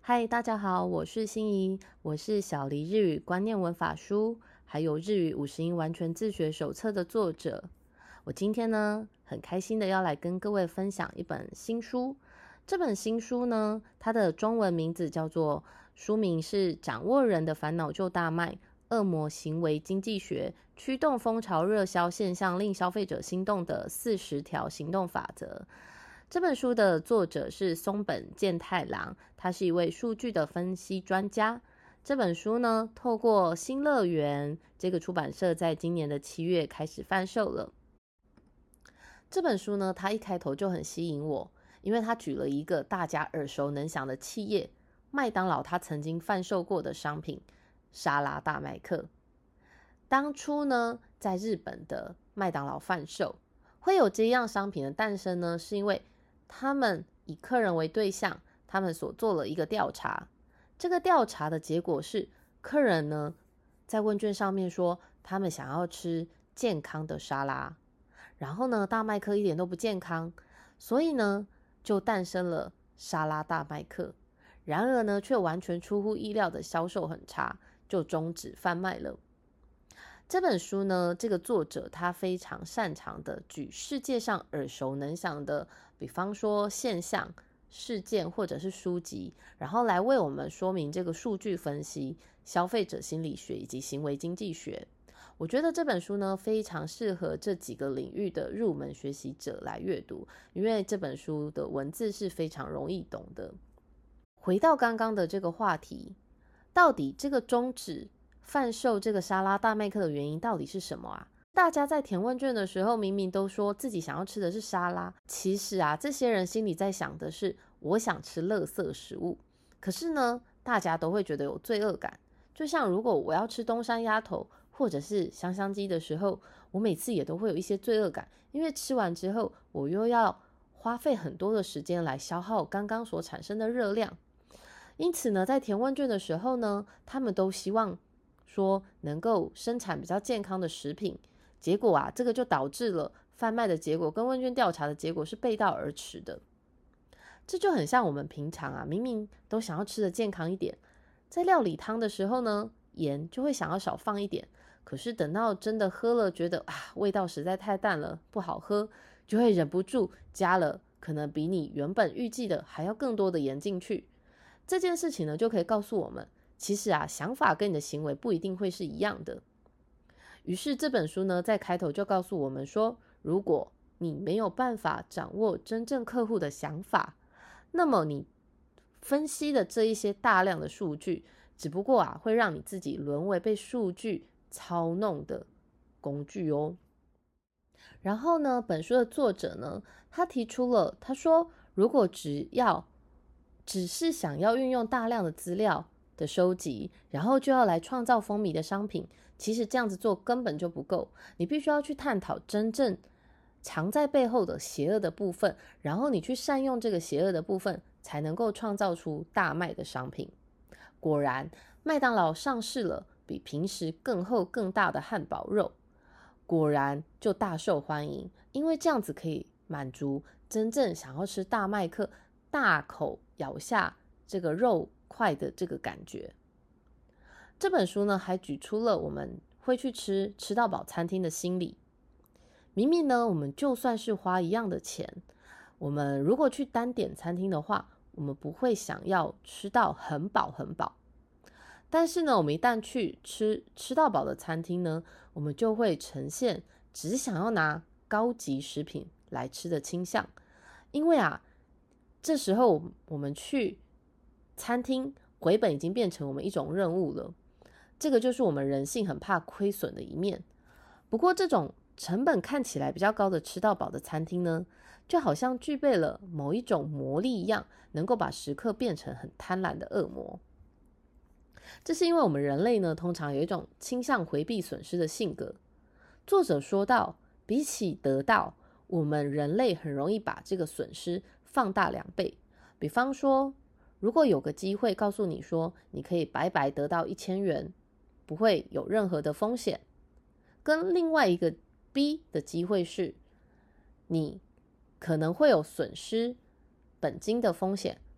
嗨，大家好，我是心怡，我是小黎日语观念文法书，还有日语50音完全自学手册的作者。我今天呢，很开心的要来跟各位分享一本新书。这本新书呢，它的中文名字叫做，书名是《掌握人的烦恼就大卖：恶魔行为经济学，驱动风潮热销现象，令消费者心动的40条行动法则》。这本书的作者是松本健太郎，他是一位数据的分析专家。这本书呢，透过新乐园这个出版社在今年的7月开始贩售了。这本书呢，它一开头就很吸引我，因为它举了一个大家耳熟能详的企业麦当劳，它曾经贩售过的商品沙拉大麦克。当初呢，在日本的麦当劳贩售会有这样商品的诞生呢，是因为他们以客人为对象，他们所做了一个调查。这个调查的结果是，客人呢在问卷上面说，他们想要吃健康的沙拉，然后呢，大麦克一点都不健康，所以呢，就诞生了沙拉大麦克。然而呢，却完全出乎意料的销售很差，就终止贩卖了。这本书呢，这个作者他非常擅长的举世界上耳熟能详的，比方说现象、事件或者是书籍，然后来为我们说明这个数据分析、消费者心理学以及行为经济学。我觉得这本书呢，非常适合这几个领域的入门学习者来阅读，因为这本书的文字是非常容易懂的。回到刚刚的这个话题，到底这个终止贩售这个沙拉大麦克的原因到底是什么啊？大家在填问卷的时候，明明都说自己想要吃的是沙拉，其实啊，这些人心里在想的是我想吃垃圾食物。可是呢，大家都会觉得有罪恶感。就像如果我要吃东山鸭头或者是香香鸡的时候，我每次也都会有一些罪恶感，因为吃完之后我又要花费很多的时间来消耗刚刚所产生的热量。因此呢，在填问卷的时候呢，他们都希望说能够生产比较健康的食品，结果啊，这个就导致了贩卖的结果跟问卷调查的结果是背道而驰的。这就很像我们平常啊，明明都想要吃的健康一点，在料理汤的时候呢，盐就会想要少放一点，可是等到真的喝了，觉得味道实在太淡了，不好喝，就会忍不住加了可能比你原本预计的还要更多的盐进去。这件事情呢，就可以告诉我们，其实啊，想法跟你的行为不一定会是一样的。于是这本书呢，在开头就告诉我们说，如果你没有办法掌握真正客户的想法，那么你分析的这一些大量的数据，只不过啊，会让你自己沦为被数据操弄的工具哦。然后呢，本书的作者呢，他提出了，他说，如果只是想要运用大量的资料的收集，然后就要来创造风靡的商品，其实这样子做根本就不够。你必须要去探讨真正藏在背后的邪恶的部分，然后你去善用这个邪恶的部分，才能够创造出大卖的商品。果然，麦当劳上市了比平时更厚更大的汉堡肉，果然就大受欢迎，因为这样子可以满足真正想要吃大麦克大口咬下这个肉块的这个感觉。这本书呢，还举出了我们会去吃到饱餐厅的心理。明明呢，我们就算是花一样的钱，我们如果去单点餐厅的话，我们不会想要吃到很饱很饱。但是呢，我们一旦去吃到饱的餐厅呢，我们就会呈现只想要拿高级食品来吃的倾向。因为啊，这时候我们去餐厅回本已经变成我们一种任务了，这个就是我们人性很怕亏损的一面。不过这种成本看起来比较高的吃到饱的餐厅呢，就好像具备了某一种魔力一样，能够把食客变成很贪婪的恶魔。这是因为我们人类呢，通常有一种倾向回避损失的性格。作者说到，比起得到，我们人类很容易把这个损失放大2倍。比方说，如果有个机会告诉你说，你可以白白得到1000元，不会有任何的风险，跟另外一个 B 的机会是，你可能会有损失本金的风险，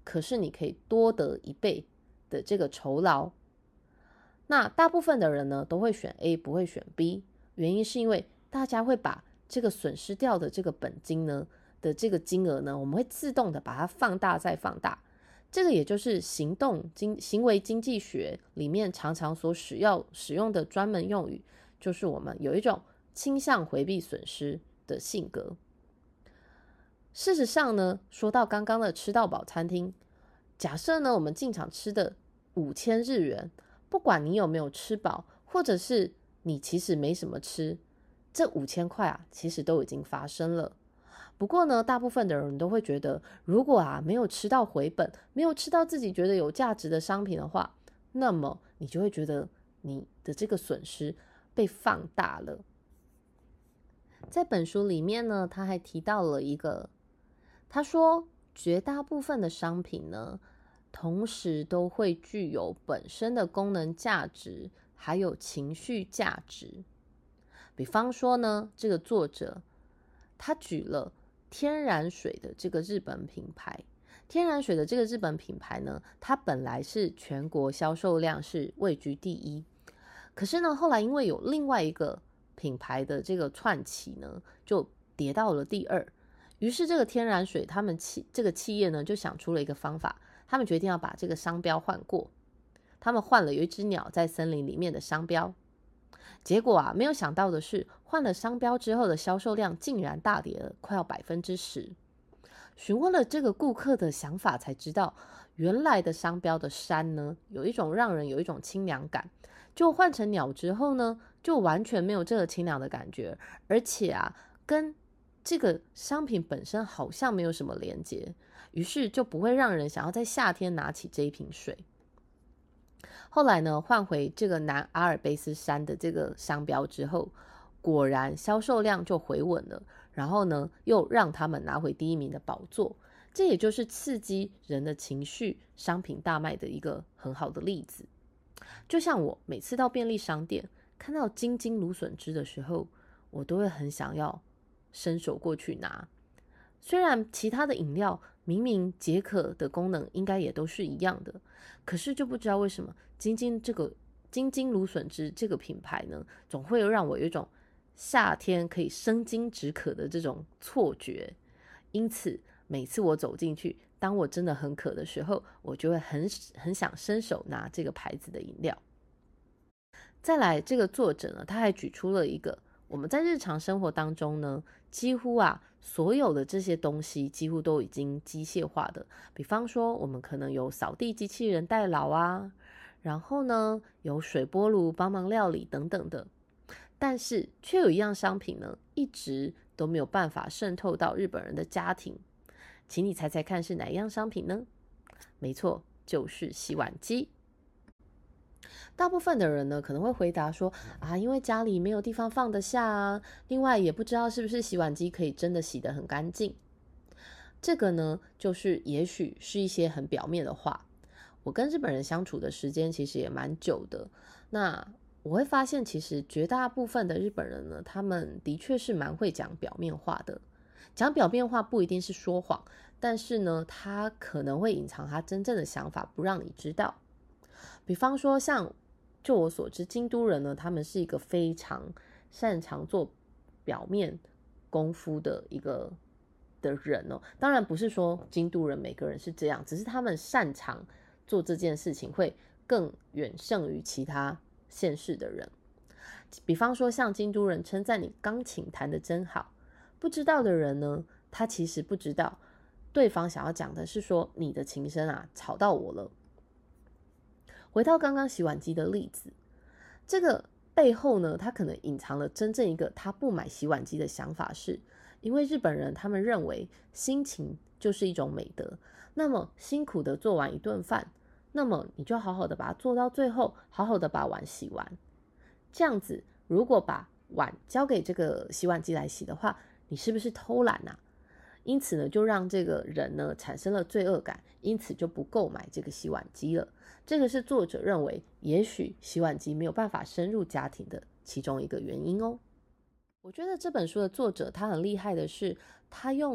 可是你可以多得1倍的这个酬劳。那大部分的人呢都会选 A 不会选 B， 原因是因为大家会把这个损失掉的这个本金呢的这个金额呢，我们会自动的把它放大再放大。这个也就是行为经济学里面常常所使用的专门用语，就是我们有一种倾向回避损失的性格。事实上呢，说到刚刚的吃到饱餐厅，假设呢我们进场吃的5000日元，不管你有没有吃饱，或者是你其实没什么吃，这5000块啊其实都已经发生了。不过呢，大部分的人都会觉得，如果没有吃到回本，没有吃到自己觉得有价值的商品的话，那么你就会觉得你的这个损失被放大了。在本书里面呢，他还提到了一个，他说绝大部分的商品呢，同时都会具有本身的功能价值，还有情绪价值。比方说呢，这个作者他举了天然水的这个日本品牌，天然水的这个日本品牌呢，它本来是全国销售量是位居第1，可是呢，后来因为有另外一个品牌的这个窜起呢，就跌到了第2。于是这个天然水他们这个企业呢，就想出了一个方法，他们决定要把这个商标换过。他们换了有一只鸟在森林里面的商标。结果没有想到的是，换了商标之后的销售量竟然大跌了快要10%。询问了这个顾客的想法，才知道原来的商标的山呢，让人有一种清凉感，就换成鸟之后呢，就完全没有这个清凉的感觉，而且跟这个商品本身好像没有什么连结，于是就不会让人想要在夏天拿起这一瓶水。后来呢，换回这个南阿尔卑斯山的这个商标之后，果然销售量就回稳了，然后呢，又让他们拿回第1名的宝座。这也就是刺激人的情绪、商品大卖的一个很好的例子。就像我每次到便利商店看到金金芦笋汁的时候，我都会很想要伸手过去拿。虽然其他的饮料明明解渴的功能应该也都是一样的，可是就不知道为什么金金芦笋汁这个品牌呢，总会让我有一种夏天可以生津止渴的这种错觉。因此每次我走进去，当我真的很渴的时候，我就会很想伸手拿这个牌子的饮料。再来，这个作者呢，他还举出了一个我们在日常生活当中呢，几乎所有的这些东西几乎都已经机械化的。比方说我们可能有扫地机器人代劳然后呢有水波炉帮忙料理等等的，但是却有一样商品呢，一直都没有办法渗透到日本人的家庭。请你猜猜看是哪一样商品呢？没错，就是洗碗机。大部分的人呢可能会回答说因为家里没有地方放得下另外也不知道是不是洗碗机可以真的洗得很干净。这个呢就是也许是一些很表面的话。我跟日本人相处的时间其实也蛮久的，那我会发现其实绝大部分的日本人呢，他们的确是蛮会讲表面话的。讲表面话不一定是说谎，但是呢他可能会隐藏他真正的想法不让你知道。比方说像就我所知，京都人呢，他们是一个非常擅长做表面功夫的人当然不是说京都人每个人是这样，只是他们擅长做这件事情会更远胜于其他县市的人。比方说像京都人称赞你钢琴弹得真好，不知道的人呢，他其实不知道对方想要讲的是说你的琴声吵到我了。回到刚刚洗碗机的例子，这个背后呢，他可能隐藏了真正一个他不买洗碗机的想法，是因为日本人他们认为辛勤就是一种美德，那么辛苦的做完一顿饭，那么你就好好的把它做到最后，好好的把碗洗完。这样子如果把碗交给这个洗碗机来洗的话，你是不是偷懒因此呢，就让这个人呢产生了罪恶感，因此就不购买这个洗碗机了。这个是作者认为也许洗碗机没有办法深入家庭的其中一个原因我觉得这本书的作者他很厉害的是，他用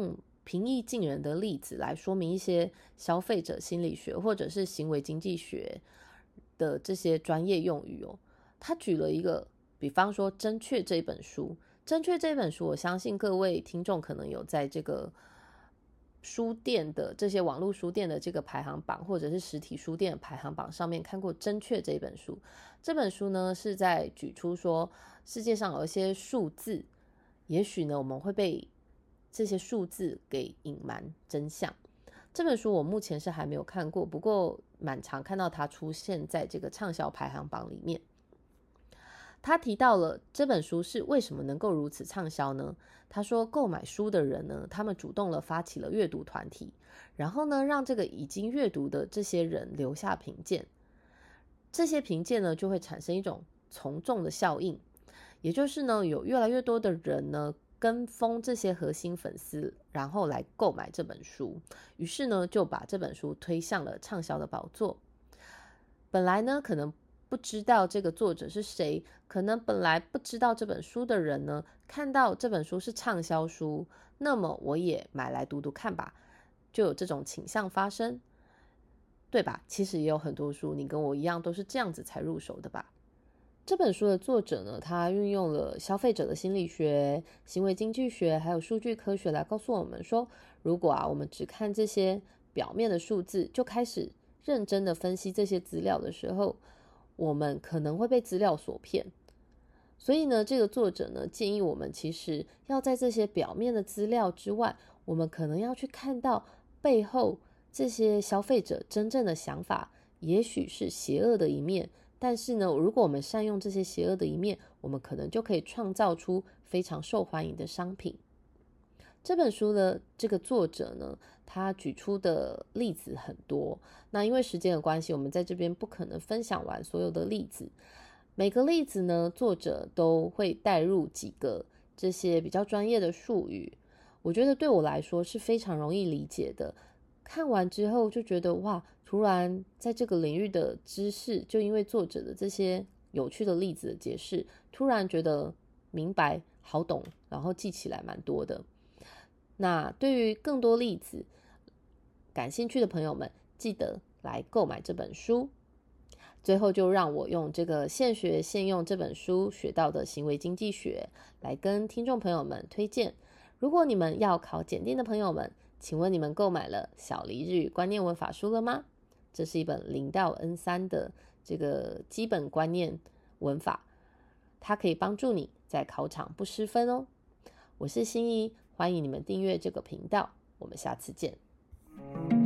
平易近人的例子来说明一些消费者心理学或者是行为经济学的这些专业用语哦。他举了一个，比方说《真确》这本书，《真确》这本书，我相信各位听众可能有在这个书店的这些网络书店的这个排行榜，或者是实体书店的排行榜上面看过《真确》这本书。这本书呢是在举出说，世界上有一些数字，也许呢我们会被这些数字给隐瞒真相。这本书我目前是还没有看过，不过蛮常看到它出现在这个畅销排行榜里面。他提到了这本书是为什么能够如此畅销呢？他说购买书的人呢，他们主动了发起了阅读团体，然后呢让这个已经阅读的这些人留下评鉴，这些评鉴呢就会产生一种从众的效应，也就是呢有越来越多的人呢跟风这些核心粉丝，然后来购买这本书，于是呢就把这本书推向了畅销的宝座。本来呢可能不知道这个作者是谁，可能本来不知道这本书的人呢，看到这本书是畅销书，那么我也买来读读看吧，就有这种倾向发生，对吧？其实也有很多书，你跟我一样都是这样子才入手的吧。这本书的作者呢，他运用了消费者的心理学、行为经济学还有数据科学来告诉我们说，如果我们只看这些表面的数字，就开始认真的分析这些资料的时候，我们可能会被资料所骗。所以呢，这个作者呢建议我们其实要在这些表面的资料之外，我们可能要去看到背后这些消费者真正的想法，也许是邪恶的一面，但是呢，如果我们善用这些邪恶的一面，我们可能就可以创造出非常受欢迎的商品。这本书的这个作者呢，他举出的例子很多，那因为时间的关系，我们在这边不可能分享完所有的例子。每个例子呢，作者都会带入几个这些比较专业的术语，我觉得对我来说是非常容易理解的。看完之后就觉得哇，突然在这个领域的知识，就因为作者的这些有趣的例子的解释，突然觉得明白好懂，然后记起来蛮多的。那对于更多例子感兴趣的朋友们，记得来购买这本书。最后就让我用这个现学现用这本书学到的行为经济学来跟听众朋友们推荐。如果你们要考检定的朋友们，请问你们购买了小黎日语观念文法书了吗？这是一本0到 N3 的这个基本观念文法，它可以帮助你在考场不失分哦。我是心怡，欢迎你们订阅这个频道，我们下次见。